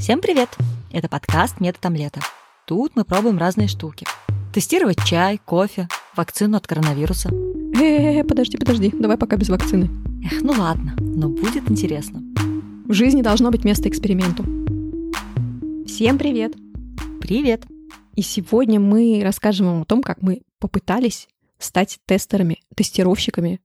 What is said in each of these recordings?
Всем привет! Это подкаст «Метод омлета». Тут мы пробуем разные штуки. Тестировать чай, кофе, вакцину от коронавируса. Подожди, давай пока без вакцины. Ну ладно, но будет интересно. В жизни должно быть место эксперименту. Всем привет! Привет! И сегодня мы расскажем вам о том, как мы попытались стать тестерами, тестировщиками,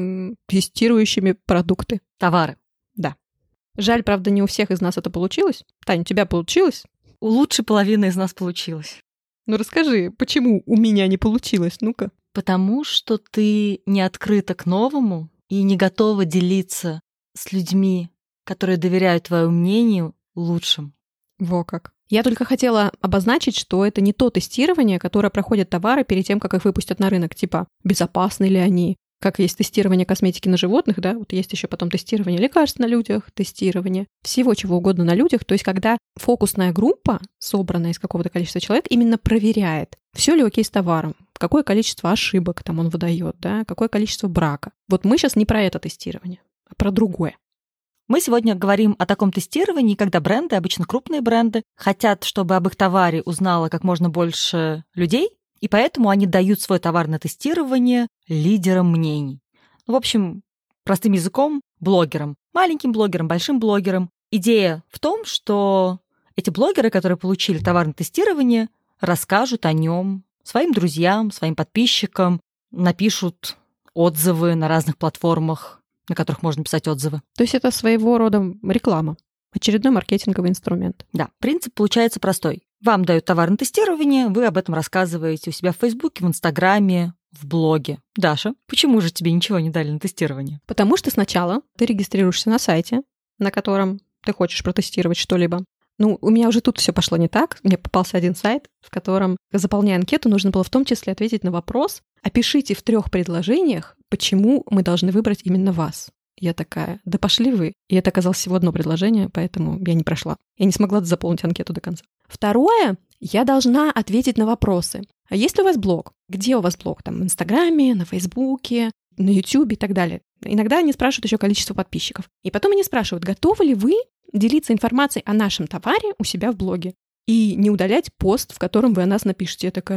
тестирующими продукты. Товары. Да. Жаль, правда, не у всех из нас это получилось. Тань, у тебя получилось? У лучшей половины из нас получилось. Ну расскажи, почему у меня не получилось? Ну-ка. Потому что ты не открыта к новому и не готова делиться с людьми, которые доверяют твоему мнению, лучшим. Во как. Я только хотела обозначить, что это не то тестирование, которое проходят товары перед тем, как их выпустят на рынок. Типа, безопасны ли они? Как есть тестирование косметики на животных, да, вот есть еще потом тестирование лекарств на людях, тестирование всего чего угодно на людях. То есть, когда фокусная группа, собранная из какого-то количества человек, именно проверяет, все ли окей с товаром, какое количество ошибок там он выдает, да, какое количество брака. Вот мы сейчас не про это тестирование, а про другое. Мы сегодня говорим о таком тестировании, когда бренды, обычно крупные бренды, хотят, чтобы об их товаре узнало как можно больше людей, и поэтому они дают свой товар на тестирование лидерам мнений. В общем, простым языком, блогерам. Маленьким блогерам, большим блогерам. Идея в том, что эти блогеры, которые получили товар на тестирование, расскажут о нем своим друзьям, своим подписчикам, напишут отзывы на разных платформах, на которых можно писать отзывы. То есть это своего рода реклама, очередной маркетинговый инструмент. Да, принцип получается простой. Вам дают товар на тестирование, вы об этом рассказываете у себя в Фейсбуке, в Инстаграме, в блоге. Даша, почему же тебе ничего не дали на тестирование? Потому что сначала ты регистрируешься на сайте, на котором ты хочешь протестировать что-либо. Ну, у меня уже тут все пошло не так. Мне попался один сайт, в котором, заполняя анкету, нужно было в том числе ответить на вопрос: опишите в 3 предложениях, почему мы должны выбрать именно вас. Я такая: да пошли вы. И это оказалось всего одно предложение, поэтому я не прошла. Я не смогла заполнить анкету до конца. Второе, я должна ответить на вопросы. А есть ли у вас блог? Где у вас блог? Там в Инстаграме, на Фейсбуке, на Ютубе и так далее. Иногда они спрашивают еще количество подписчиков. И потом они спрашивают, готовы ли вы делиться информацией о нашем товаре у себя в блоге и не удалять пост, в котором вы о нас напишете. Я такая,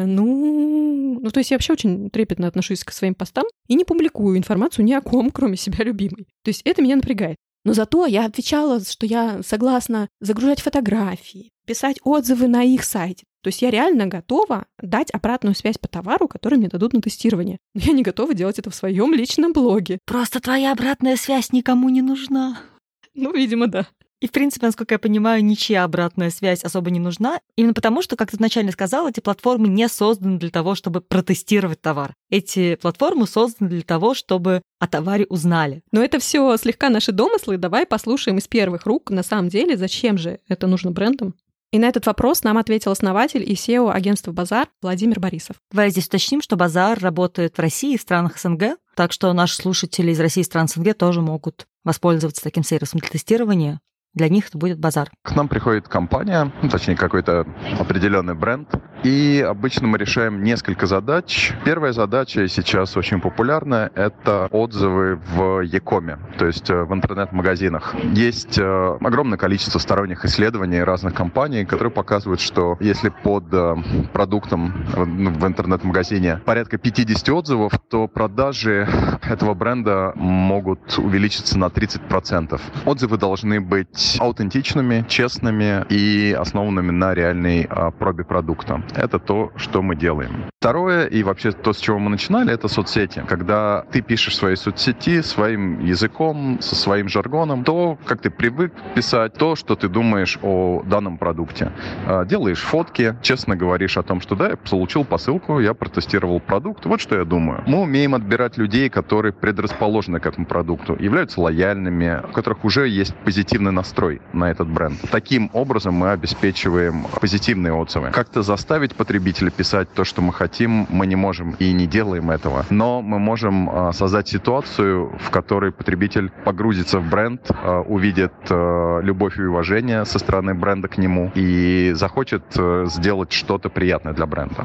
то есть я вообще очень трепетно отношусь к своим постам и не публикую информацию ни о ком, кроме себя любимой. То есть это меня напрягает. Но зато я отвечала, что я согласна загружать фотографии, писать отзывы на их сайте. То есть я реально готова дать обратную связь по товару, который мне дадут на тестирование. Но я не готова делать это в своем личном блоге. Просто твоя обратная связь никому не нужна. Ну, видимо, да. И, в принципе, насколько я понимаю, ничья обратная связь особо не нужна. Именно потому, что, как ты вначале сказала, эти платформы не созданы для того, чтобы протестировать товар. Эти платформы созданы для того, чтобы о товаре узнали. Но это все слегка наши домыслы. Давай послушаем из первых рук, на самом деле, зачем же это нужно брендам. И на этот вопрос нам ответил основатель и SEO агентства «Базар» Владимир Борисов. Давай здесь уточним, что «Базар» работает в России и в странах СНГ, так что наши слушатели из России и стран СНГ тоже могут воспользоваться таким сервисом для тестирования. Для них это будет «Базар». К нам приходит компания, точнее какой-то определенный бренд, и обычно мы решаем несколько задач. Первая задача сейчас очень популярная – это отзывы в e-коме, то есть в интернет-магазинах. Есть огромное количество сторонних исследований разных компаний, которые показывают, что если под продуктом в интернет-магазине порядка 50 отзывов, то продажи этого бренда могут увеличиться на 30%. Отзывы должны быть аутентичными, честными и основанными на реальной пробе продукта. Это то, что мы делаем. Второе, и вообще то, с чего мы начинали, это соцсети. Когда ты пишешь в своей соцсети своим языком, со своим жаргоном, то, как ты привык писать, то, что ты думаешь о данном продукте. Делаешь фотки, честно говоришь о том, что да, я получил посылку, я протестировал продукт, вот что я думаю. Мы умеем отбирать людей, которые предрасположены к этому продукту, являются лояльными, у которых уже есть позитивный настрой на этот бренд. Таким образом мы обеспечиваем позитивные отзывы. Как-то заставить потребителя писать то, что мы хотим, мы не можем и не делаем этого. Но мы можем создать ситуацию, в которой потребитель погрузится в бренд, увидит любовь и уважение со стороны бренда к нему и захочет сделать что-то приятное для бренда.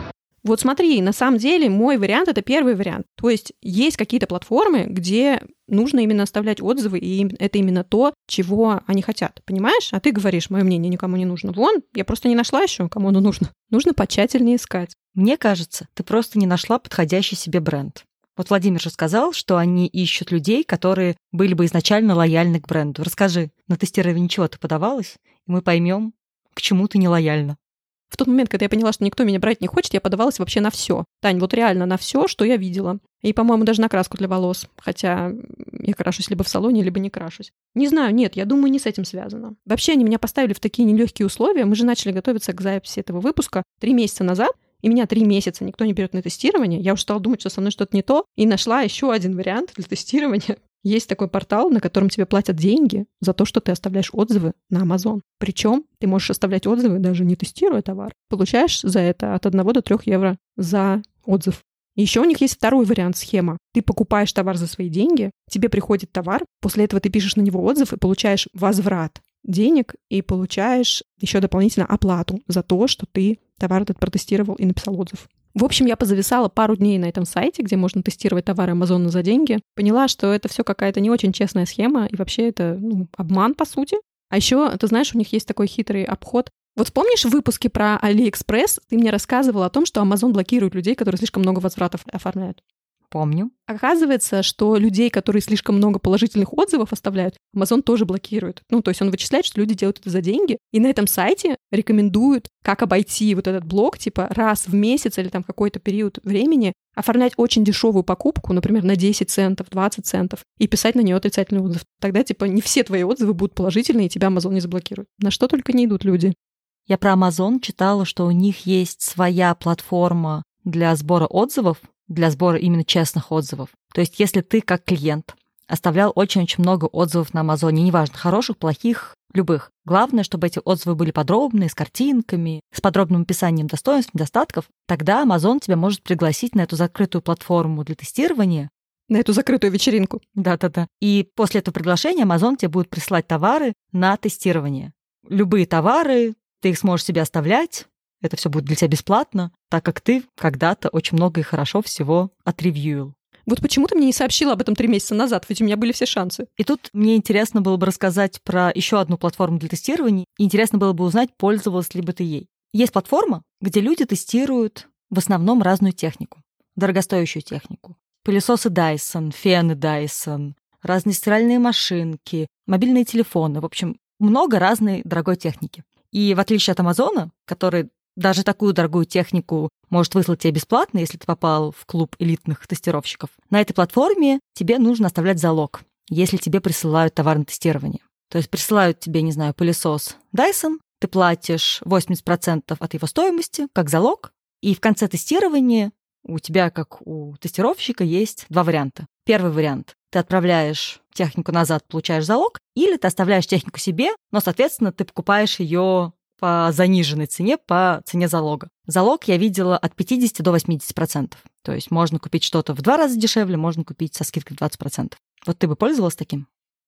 Вот смотри, на самом деле мой вариант — это первый вариант. То есть есть какие-то платформы, где нужно именно оставлять отзывы, и это именно то, чего они хотят. Понимаешь? А ты говоришь, мое мнение никому не нужно. Вон, я просто не нашла еще, кому оно нужно. Нужно потщательнее искать. Мне кажется, ты просто не нашла подходящий себе бренд. Вот Владимир же сказал, что они ищут людей, которые были бы изначально лояльны к бренду. Расскажи, на тестировании чего ты подавалась, и мы поймем, к чему ты не лояльна. В тот момент, когда я поняла, что никто меня брать не хочет, я подавалась вообще на все. Тань, вот реально на все, что я видела. И, по-моему, даже на краску для волос. Хотя я крашусь либо в салоне, либо не крашусь. Не знаю, нет, я думаю, не с этим связано. Вообще они меня поставили в такие нелегкие условия. Мы же начали готовиться к записи этого выпуска 3 месяца назад, и меня 3 месяца никто не берет на тестирование. Я уже стала думать, что со мной что-то не то, и нашла еще один вариант для тестирования. Есть такой портал, на котором тебе платят деньги за то, что ты оставляешь отзывы на Amazon. Причем ты можешь оставлять отзывы, даже не тестируя товар. Получаешь за это от 1 до 3 евро за отзыв. Еще у них есть второй вариант схема. Ты покупаешь товар за свои деньги, тебе приходит товар, после этого ты пишешь на него отзыв и получаешь возврат денег и получаешь еще дополнительно оплату за то, что ты товар этот протестировал и написал отзыв. В общем, я позависала пару дней на этом сайте, где можно тестировать товары Амазона за деньги. Поняла, что это все какая-то не очень честная схема, и вообще это обман, по сути. А еще, ты знаешь, у них есть такой хитрый обход. Вот помнишь в выпуске про AliExpress ты мне рассказывала о том, что Amazon блокирует людей, которые слишком много возвратов оформляют? Помню. Оказывается, что людей, которые слишком много положительных отзывов оставляют, Amazon тоже блокирует. То есть он вычисляет, что люди делают это за деньги. И на этом сайте рекомендуют, как обойти вот этот блок, типа раз в месяц или там какой-то период времени оформлять очень дешевую покупку, например, на 10 центов, 20 центов, и писать на нее отрицательный отзыв. Тогда, не все твои отзывы будут положительные, и тебя Amazon не заблокирует. На что только не идут люди. Я про Amazon читала, что у них есть своя платформа для сбора отзывов, для сбора именно честных отзывов. То есть если ты как клиент оставлял очень-очень много отзывов на Амазоне, неважно, хороших, плохих, любых. Главное, чтобы эти отзывы были подробные, с картинками, с подробным описанием достоинств, недостатков, тогда Amazon тебя может пригласить на эту закрытую платформу для тестирования. На эту закрытую вечеринку. Да-да-да. И после этого приглашения Amazon тебе будет присылать товары на тестирование. Любые товары, ты их сможешь себе оставлять, это все будет для тебя бесплатно, так как ты когда-то очень много и хорошо всего отревьюил. Вот почему ты мне не сообщила об этом 3 месяца назад, ведь у меня были все шансы. И тут мне интересно было бы рассказать про еще одну платформу для тестирования. И интересно было бы узнать, пользовалась ли бы ты ей. Есть платформа, где люди тестируют в основном разную технику, дорогостоящую технику. Пылесосы Dyson, фены Dyson, разные стиральные машинки, мобильные телефоны. В общем, много разной дорогой техники. И в отличие от Амазона, который даже такую дорогую технику может выслать тебе бесплатно, если ты попал в клуб элитных тестировщиков, на этой платформе тебе нужно оставлять залог, если тебе присылают товар на тестирование. То есть присылают тебе, не знаю, пылесос Dyson, ты платишь 80% от его стоимости как залог, и в конце тестирования у тебя, как у тестировщика, есть 2 варианта. Первый вариант. Ты отправляешь технику назад, получаешь залог, или ты оставляешь технику себе, но, соответственно, ты покупаешь ее по заниженной цене, по цене залога. Залог я видела от 50 до 80%. То есть можно купить что-то в 2 раза дешевле, можно купить со скидкой 20%. Вот ты бы пользовалась таким?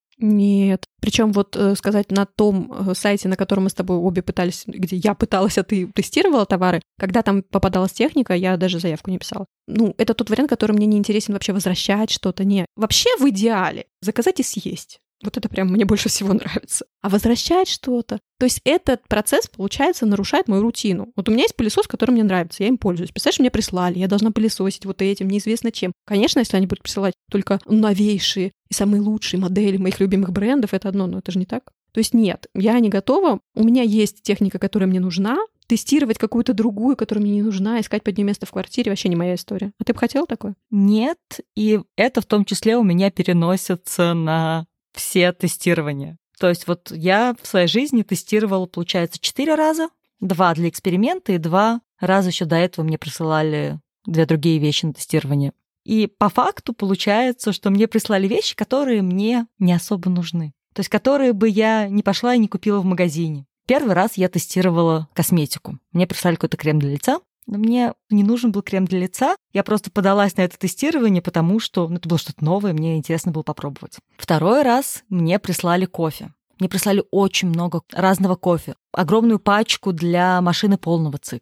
Нет. Причем сказать, на том сайте, на котором мы с тобой обе пытались, где я пыталась, а ты тестировала товары, когда там попадалась техника, я даже заявку не писала. Это тот вариант, который мне не интересен вообще возвращать что-то. Нет. Вообще в идеале заказать и съесть. Вот это прям мне больше всего нравится. А возвращать что-то... То есть этот процесс, получается, нарушает мою рутину. Вот у меня есть пылесос, который мне нравится, я им пользуюсь. Представляешь, мне прислали, я должна пылесосить вот этим, неизвестно чем. Конечно, если они будут присылать только новейшие и самые лучшие модели моих любимых брендов, это одно, но это же не так. То есть нет, я не готова. У меня есть техника, которая мне нужна. Тестировать какую-то другую, которая мне не нужна, искать под нее место в квартире, вообще не моя история. А ты бы хотела такое? Нет, и это в том числе у меня переносится на все тестирования. То есть вот я в своей жизни тестировала, получается, 4 раза. 2 для эксперимента и 2 раза еще до этого мне присылали 2 другие вещи на тестирование. И по факту получается, что мне прислали вещи, которые мне не особо нужны. То есть которые бы я не пошла и не купила в магазине. Первый раз я тестировала косметику. Мне прислали какой-то крем для лица. Но мне не нужен был крем для лица. Я просто подалась на это тестирование, потому что это было что-то новое, мне интересно было попробовать. Второй раз мне прислали кофе. Мне прислали очень много разного кофе. Огромную пачку для машины полного цикла.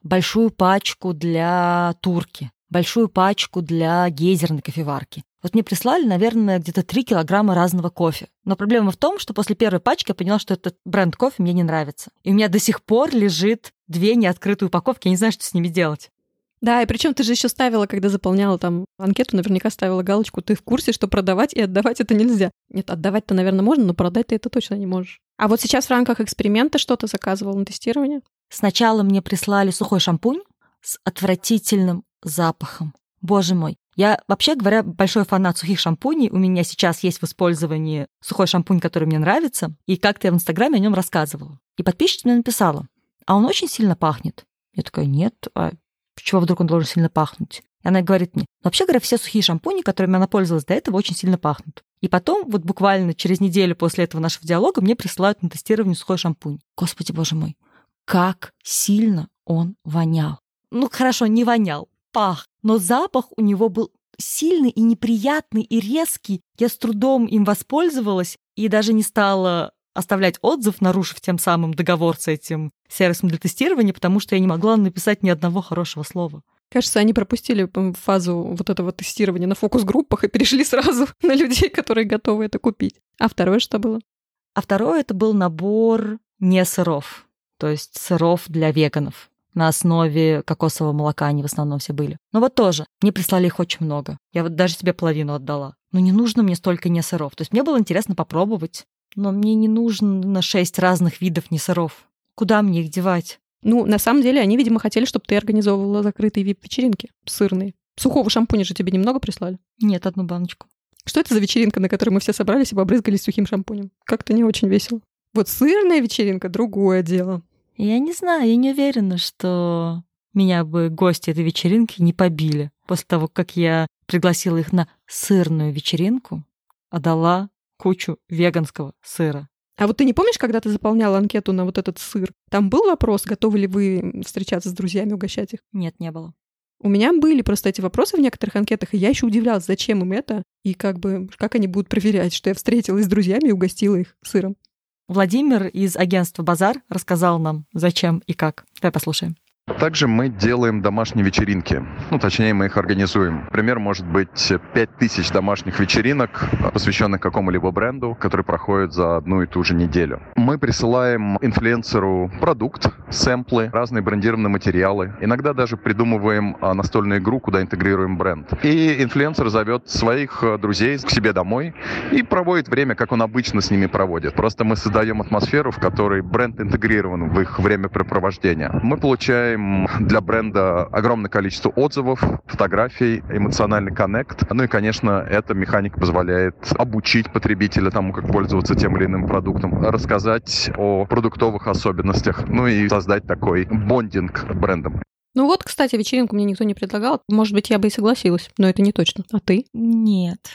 большую пачку для турки, большую пачку для гейзерной кофеварки. Вот мне прислали, наверное, где-то 3 килограмма разного кофе. Но проблема в том, что после первой пачки я поняла, что этот бренд кофе мне не нравится. И у меня до сих пор лежит 2 неоткрытые упаковки, я не знаю, что с ними делать. Да, и причем ты же еще ставила, когда заполняла там анкету, наверняка ставила галочку, ты в курсе, что продавать и отдавать это нельзя. Нет, отдавать-то, наверное, можно, но продать ты это точно не можешь. А вот сейчас в рамках эксперимента что-то заказывал на тестирование? Сначала мне прислали сухой шампунь с отвратительным запахом. Боже мой. Я, вообще говоря, большой фанат сухих шампуней. У меня сейчас есть в использовании сухой шампунь, который мне нравится. И как-то я в Инстаграме о нем рассказывала. И подписчица мне написала: а он очень сильно пахнет. Я такая: нет, а чего вдруг он должен сильно пахнуть? И она говорит мне: вообще говоря, все сухие шампуни, которыми она пользовалась до этого, очень сильно пахнут. И потом, вот буквально через неделю после этого нашего диалога, мне присылают на тестирование сухой шампунь. Господи, боже мой, как сильно он вонял. Ну, хорошо, не вонял, пах, но запах у него был сильный и неприятный, и резкий. Я с трудом им воспользовалась и даже не стала оставлять отзыв, нарушив тем самым договор с этим сервисом для тестирования, потому что я не могла написать ни одного хорошего слова. Кажется, они пропустили фазу вот этого тестирования на фокус-группах и перешли сразу на людей, которые готовы это купить. А второе что было? А второе — это был набор не сыров, то есть сыров для веганов. На основе кокосового молока они в основном все были. Но вот тоже, мне прислали их очень много. Я вот даже себе половину отдала. Но не нужно мне столько не сыров. То есть мне было интересно попробовать. Но мне не нужно 6 разных видов не сыров. Куда мне их девать? Ну, на самом деле, они, видимо, хотели, чтобы ты организовывала закрытые вип-вечеринки сырные. Сухого шампуня же тебе немного прислали? Нет, 1 баночку. Что это за вечеринка, на которой мы все собрались и побрызгались сухим шампунем? Как-то не очень весело. Вот сырная вечеринка — другое дело. Я не знаю, я не уверена, что меня бы гости этой вечеринки не побили. После того, как я пригласила их на сырную вечеринку, а дала кучу веганского сыра. А вот ты не помнишь, когда ты заполняла анкету на вот этот сыр? Там был вопрос, готовы ли вы встречаться с друзьями, угощать их? Нет, не было. У меня были просто эти вопросы в некоторых анкетах, и я еще удивлялась, зачем им это, и как они будут проверять, что я встретилась с друзьями и угостила их сыром. Владимир из агентства «Базар» рассказал нам, зачем и как. Давай послушаем. Также мы делаем домашние вечеринки. Точнее, мы их организуем. Например, может быть 5000 домашних вечеринок, посвященных какому-либо бренду, который проходит за одну и ту же неделю. Мы присылаем инфлюенсеру продукт, сэмплы, разные брендированные материалы. Иногда даже придумываем настольную игру, куда интегрируем бренд. И инфлюенсер зовет своих друзей к себе домой и проводит время, как он обычно с ними проводит. Просто мы создаем атмосферу, в которой бренд интегрирован в их времяпрепровождения. Мы получаем для бренда огромное количество отзывов, фотографий, эмоциональный коннект. Ну и, конечно, эта механика позволяет обучить потребителя тому, как пользоваться тем или иным продуктом, рассказать о продуктовых особенностях, ну и создать такой бондинг брендом. Ну вот, кстати, вечеринку мне никто не предлагал. Может быть, я бы и согласилась, но это не точно. А ты? Нет.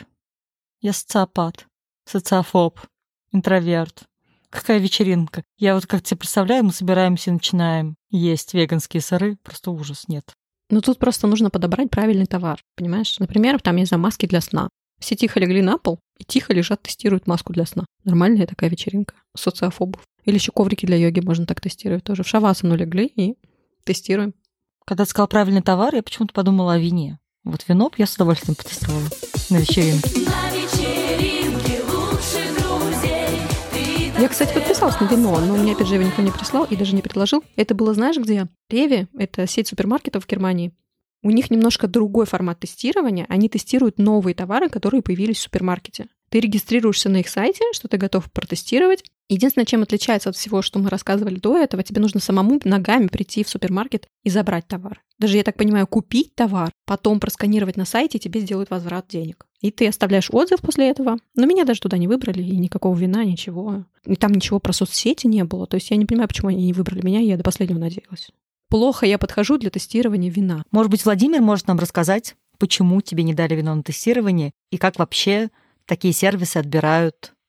Я социопат, социофоб, интроверт. Какая вечеринка? Я вот как тебе представляю, мы собираемся и начинаем есть веганские сыры. Просто ужас, нет. Ну тут просто нужно подобрать правильный товар, понимаешь? Например, там есть маски для сна. Все тихо легли на пол и тихо лежат, тестируют маску для сна. Нормальная такая вечеринка социофобов. Или еще коврики для йоги можно так тестировать тоже. В шавасану легли и тестируем. Когда ты сказал правильный товар, я почему-то подумала о вине. Вот вино я с удовольствием потестировала на вечеринке. Я, кстати, подписалась на вино, но мне, опять же, его никто не прислал и даже не предложил. Это было, знаешь, где? Реви, это сеть супермаркетов в Германии. У них немножко другой формат тестирования. Они тестируют новые товары, которые появились в супермаркете. Ты регистрируешься на их сайте, что ты готов протестировать. Единственное, чем отличается от всего, что мы рассказывали до этого, тебе нужно самому ногами прийти в супермаркет и забрать товар. Даже, я так понимаю, купить товар, потом просканировать на сайте, и тебе сделают возврат денег. И ты оставляешь отзыв после этого. Но меня даже туда не выбрали, и никакого вина, ничего. И там ничего про соцсети не было. То есть я не понимаю, почему они не выбрали меня, я до последнего надеялась. Плохо я подхожу для тестирования вина. Может быть, Владимир может нам рассказать, почему тебе не дали вино на тестирование, и как вообще такие сервисы отбирают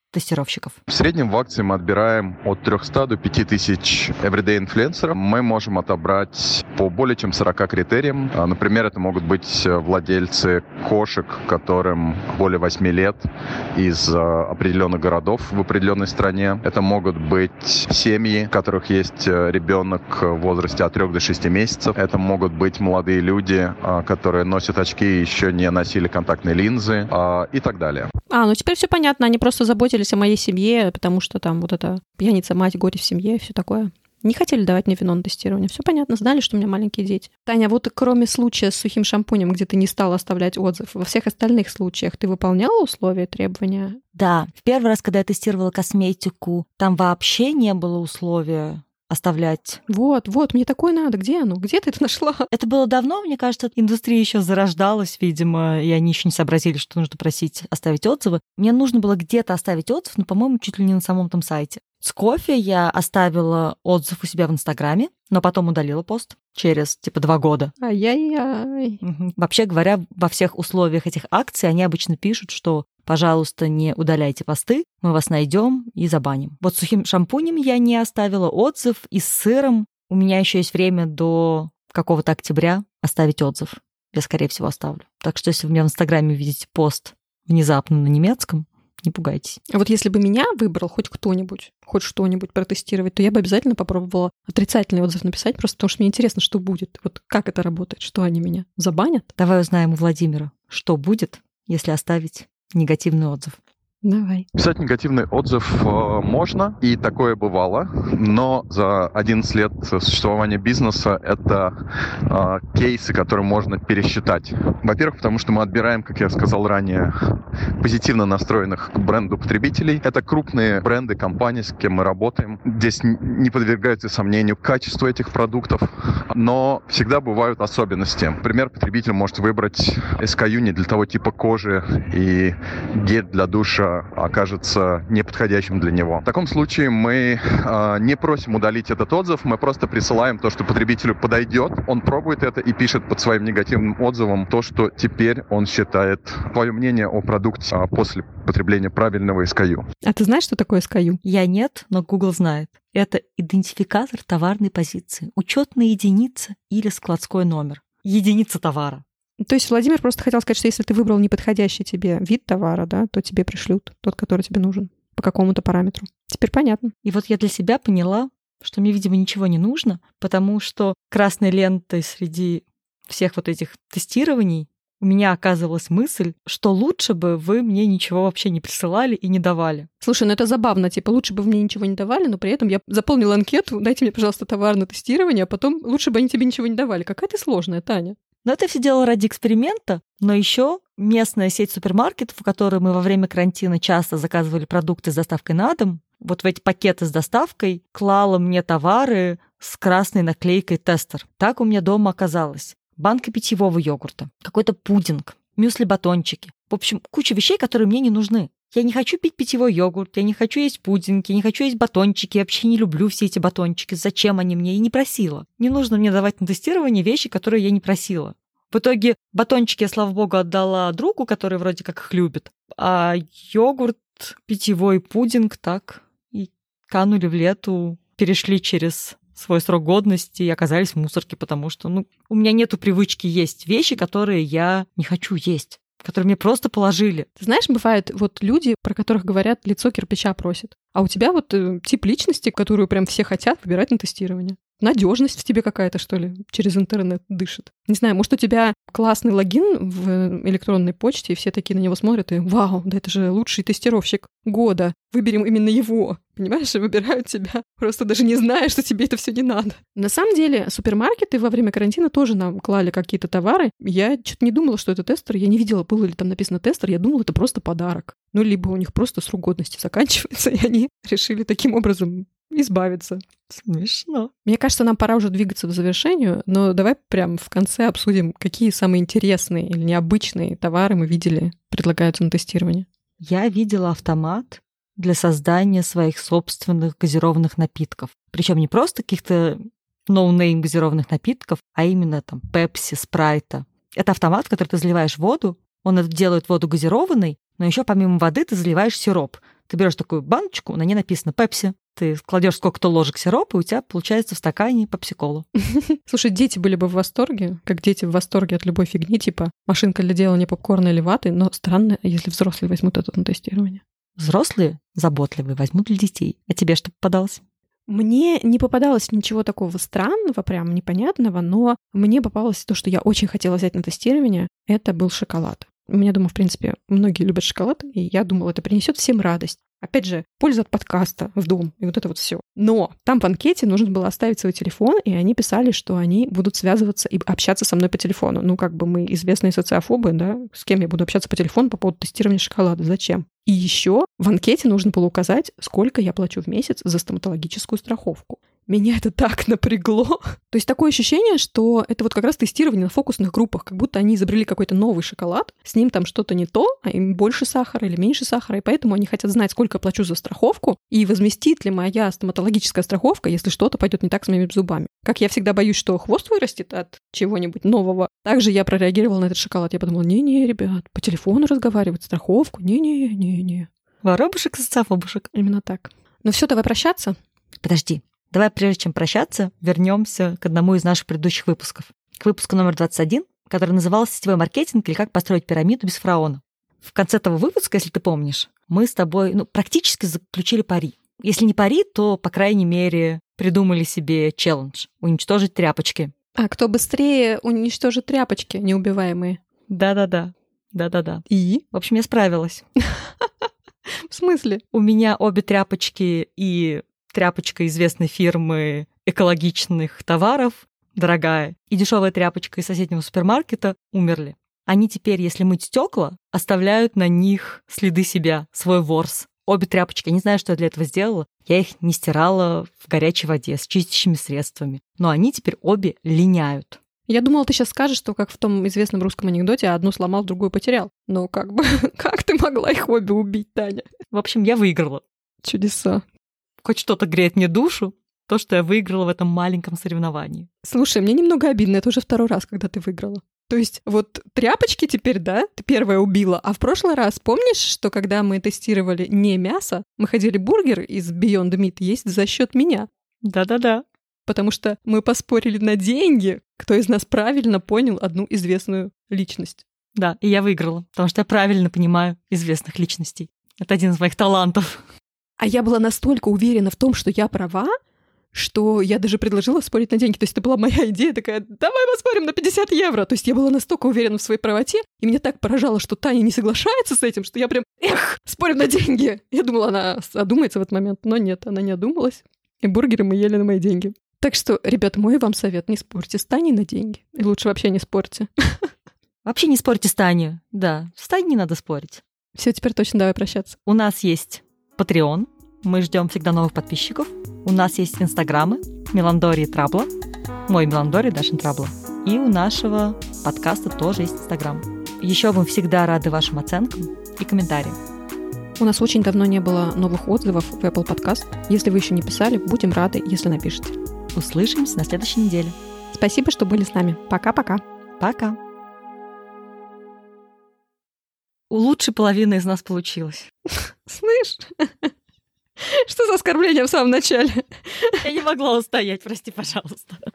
тестировщиков? В среднем в акции мы отбираем от 300 до 5000 everyday инфлюенсеров. Мы можем отобрать по более чем 40 критериям. Например, это могут быть владельцы кошек, которым более 8 лет, из определенных городов в определенной стране. Это могут быть семьи, у которых есть ребенок в возрасте от 3 до 6 месяцев. Это могут быть молодые люди, которые носят очки и еще не носили контактные линзы и так далее. Ну теперь все понятно. Они просто заботились о моей семье, потому что там вот эта пьяница, мать, горе в семье и все такое. Не хотели давать мне вино на тестирование. Все понятно, знали, что у меня маленькие дети. Таня, вот кроме случая с сухим шампунем, где ты не стала оставлять отзыв, во всех остальных случаях ты выполняла условия, требования? Да. В первый раз, когда я тестировала косметику, там вообще не было условия оставлять. Вот, мне такое надо. Где оно? Где ты это нашла? Это было давно, мне кажется, индустрия еще зарождалась, видимо, и они еще не сообразили, что нужно просить оставить отзывы. Мне нужно было где-то оставить отзыв, но, по-моему, чуть ли не на самом том сайте. С кофе я оставила отзыв у себя в Инстаграме, но потом удалила пост через, 2 года. Ай-яй-яй. Вообще говоря, во всех условиях этих акций они обычно пишут, что пожалуйста, не удаляйте посты, мы вас найдем и забаним. Вот с сухим шампунем я не оставила отзыв, и с сыром у меня еще есть время до какого-то октября оставить отзыв. Я, скорее всего, оставлю. Так что, если вы у меня в Инстаграме видите пост внезапно на немецком, не пугайтесь. А вот если бы меня выбрал хоть кто-нибудь, хоть что-нибудь протестировать, то я бы обязательно попробовала отрицательный отзыв написать, просто потому что мне интересно, что будет. Вот как это работает, что они меня забанят? Давай узнаем у Владимира, что будет, если оставить негативный отзыв. Давай. Писать негативный отзыв можно, и такое бывало, но за 11 лет существования бизнеса это кейсы, которые можно пересчитать. Во-первых, потому что мы отбираем, как я сказал ранее, позитивно настроенных к бренду потребителей. Это крупные бренды, компании, с кем мы работаем. Здесь не подвергается сомнению качество этих продуктов, но всегда бывают особенности. Например, потребитель может выбрать SKU не для того типа кожи, и гель для душа окажется неподходящим для него. В таком случае мы не просим удалить этот отзыв, мы просто присылаем то, что потребителю подойдет, он пробует это и пишет под своим негативным отзывом то, что теперь он считает свое мнение о продукте после потребления правильного SKU. А ты знаешь, что такое SKU? Я нет, но Google знает. Это идентификатор товарной позиции, учетная единица или складской номер. Единица товара. То есть Владимир просто хотел сказать, что если ты выбрал неподходящий тебе вид товара, да, то тебе пришлют тот, который тебе нужен по какому-то параметру. Теперь понятно. И вот я для себя поняла, что мне, видимо, ничего не нужно, потому что красной лентой среди всех вот этих тестирований у меня оказывалась мысль, что лучше бы вы мне ничего вообще не присылали и не давали. Слушай, ну это забавно, лучше бы вы мне ничего не давали, но при этом я заполнила анкету, дайте мне, пожалуйста, товар на тестирование, а потом лучше бы они тебе ничего не давали. Какая ты сложная, Таня. Но это все делала ради эксперимента, но еще местная сеть супермаркетов, в которой мы во время карантина часто заказывали продукты с доставкой на дом, вот в эти пакеты с доставкой клала мне товары с красной наклейкой «Тестер». Так у меня дома оказалось. Банка питьевого йогурта, какой-то пудинг, мюсли-батончики. В общем, куча вещей, которые мне не нужны. Я не хочу пить питьевой йогурт, я не хочу есть пудинг, я не хочу есть батончики, я вообще не люблю все эти батончики. Зачем они мне? И не просила. Не нужно мне давать на тестирование вещи, которые я не просила. В итоге батончики я, слава богу, отдала другу, который вроде как их любит, а йогурт, питьевой пудинг так и канули в лету, перешли через свой срок годности и оказались в мусорке, потому что, у меня нету привычки есть вещи, которые я не хочу есть, которые мне просто положили. Ты знаешь, бывают вот люди, про которых говорят, лицо кирпича просит. А у тебя вот тип личности, которую прям все хотят выбирать на тестирование. Надежность в тебе какая-то, что ли, через интернет дышит. Не знаю, может, у тебя классный логин в электронной почте, и все такие на него смотрят, и вау, да это же лучший тестировщик года. Выберем именно его. Понимаешь, и выбирают тебя, просто даже не зная, что тебе это все не надо. На самом деле, супермаркеты во время карантина тоже нам клали какие-то товары. Я что-то не думала, что это тестер. Я не видела, было ли там написано тестер. Я думала, это просто подарок. Либо у них просто срок годности заканчивается, и они решили таким образом избавиться. Смешно. Мне кажется, нам пора уже двигаться к завершению, но давай прямо в конце обсудим, какие самые интересные или необычные товары мы видели, предлагаются на тестирование. Я видела автомат для создания своих собственных газированных напитков. Причем не просто каких-то ноунейм газированных напитков, а именно там Пепси, Спрайта. Это автомат, в который ты заливаешь воду, он делает воду газированной, но еще помимо воды ты заливаешь сироп. Ты берешь такую баночку, на ней написано «Пепси». Ты кладешь сколько-то ложек сиропа, и у тебя получается в стакане пепси-колу. Слушай, дети были бы в восторге, как дети в восторге от любой фигни, типа машинка для делания попкорна или ваты, но странно, если взрослые возьмут это на тестирование. Взрослые, заботливые, возьмут для детей. А тебе что попадалось? Мне не попадалось ничего такого странного, прям непонятного, но мне попалось то, что я очень хотела взять на тестирование. Это был шоколад. У меня дома, в принципе, многие любят шоколад, и я думала, это принесет всем радость. Опять же, польза от подкаста в дом, и вот это вот все. Но там в анкете нужно было оставить свой телефон, и они писали, что они будут связываться и общаться со мной по телефону. Ну, как бы мы известные социофобы, да? С кем я буду общаться по телефону по поводу тестирования шоколада? Зачем? И еще в анкете нужно было указать, сколько я плачу в месяц за стоматологическую страховку. Меня это так напрягло. То есть такое ощущение, что это вот как раз тестирование на фокусных группах, как будто они изобрели какой-то новый шоколад, с ним там что-то не то, а им больше сахара или меньше сахара, и поэтому они хотят знать, сколько я плачу за страховку, и возместит ли моя стоматологическая страховка, если что-то пойдет не так с моими зубами. Как я всегда боюсь, что хвост вырастет от чего-нибудь нового, также я прореагировала на этот шоколад. Я подумала, не-не, ребят, по телефону разговаривать, страховку, не-не-не-не. Воробушек, социофобушек. Именно так. Ну все, давай прощаться. Подожди. Давай, прежде чем прощаться, вернемся к одному из наших предыдущих выпусков. К выпуску номер 21, который назывался «Сетевой маркетинг или как построить пирамиду без фараона». В конце этого выпуска, если ты помнишь, мы с тобой практически заключили пари. Если не пари, то, по крайней мере, придумали себе челлендж — уничтожить тряпочки. А кто быстрее уничтожит тряпочки неубиваемые? Да-да-да. Да-да-да. И? В общем, я справилась. В смысле? У меня обе тряпочки и тряпочка известной фирмы экологичных товаров, дорогая, и дешевая тряпочка из соседнего супермаркета умерли. Они теперь, если мыть стекла, оставляют на них следы себя, свой ворс. Обе тряпочки, я не знаю, что я для этого сделала. Я их не стирала в горячей воде с чистящими средствами. Но они теперь обе линяют. Я думала, ты сейчас скажешь, что как в том известном русском анекдоте, одну сломал, другую потерял. Но как ты могла их обе убить, Таня? В общем, я выиграла. Чудеса. Хоть что-то греет мне душу, то, что я выиграла в этом маленьком соревновании. Слушай, мне немного обидно, это уже второй раз, когда ты выиграла. То есть вот тряпочки теперь, да, ты первая убила, а в прошлый раз помнишь, что когда мы тестировали не мясо, мы ходили бургер из Beyond Meat есть за счет меня? Да-да-да. Потому что мы поспорили на деньги, кто из нас правильно понял одну известную личность. Да, и я выиграла, потому что я правильно понимаю известных личностей. Это один из моих талантов. А я была настолько уверена в том, что я права, что я даже предложила спорить на деньги. То есть это была моя идея такая, давай поспорим на 50 евро. То есть я была настолько уверена в своей правоте, и меня так поражало, что Таня не соглашается с этим, что я прям, спорим на деньги. Я думала, она одумается в этот момент, но нет, она не одумалась. И бургеры мы ели на мои деньги. Так что, ребят, мой вам совет, не спорьте с Таней на деньги. И лучше вообще не спорьте. Вообще не спорьте с Таней. Да, с Таней не надо спорить. Все, теперь точно давай прощаться. У нас есть Patreon. Мы ждем всегда новых подписчиков. У нас есть инстаграмы Меландори и Трабла. Мой Меландори, Дашин Трабла. И у нашего подкаста тоже есть инстаграм. Еще мы всегда рады вашим оценкам и комментариям. У нас очень давно не было новых отзывов в Apple Podcast. Если вы еще не писали, будем рады, если напишите. Услышимся на следующей неделе. Спасибо, что были с нами. Пока-пока. Пока. У лучшей половины из нас получилось. Слышь? Что за оскорбление в самом начале? Я не могла устоять, прости, пожалуйста.